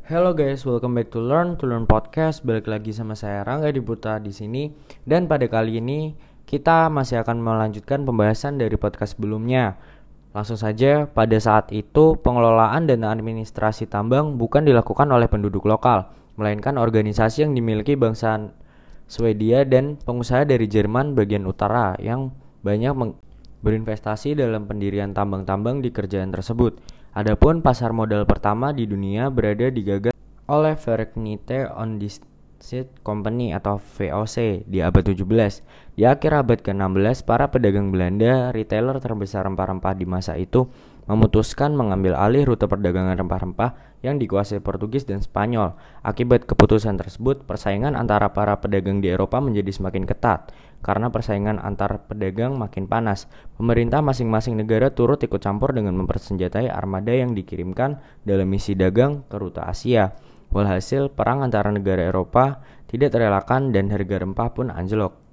Hello guys, welcome back to Learn Podcast. Balik lagi sama saya Rangga Diputa di sini. Dan pada kali ini kita masih akan melanjutkan pembahasan dari podcast sebelumnya. Langsung saja, pada saat itu pengelolaan dan administrasi tambang bukan dilakukan oleh penduduk lokal, melainkan organisasi yang dimiliki bangsa Swedia dan pengusaha dari Jerman bagian utara yang banyak berinvestasi dalam pendirian tambang-tambang di kerjaan tersebut. Adapun pasar modal pertama di dunia berada digagas oleh Verknete Ondische Company atau VOC di abad 17. Di akhir abad ke-16, para pedagang Belanda, retailer terbesar rempah-rempah di masa itu, memutuskan mengambil alih rute perdagangan rempah-rempah yang dikuasai Portugis dan Spanyol. Akibat keputusan tersebut, persaingan antara para pedagang di Eropa menjadi semakin ketat. Karena persaingan antar pedagang makin panas, pemerintah masing-masing negara turut ikut campur dengan mempersenjatai armada yang dikirimkan dalam misi dagang ke rute Asia. Walhasil, perang antara negara Eropa tidak terelakkan dan harga rempah pun anjlok.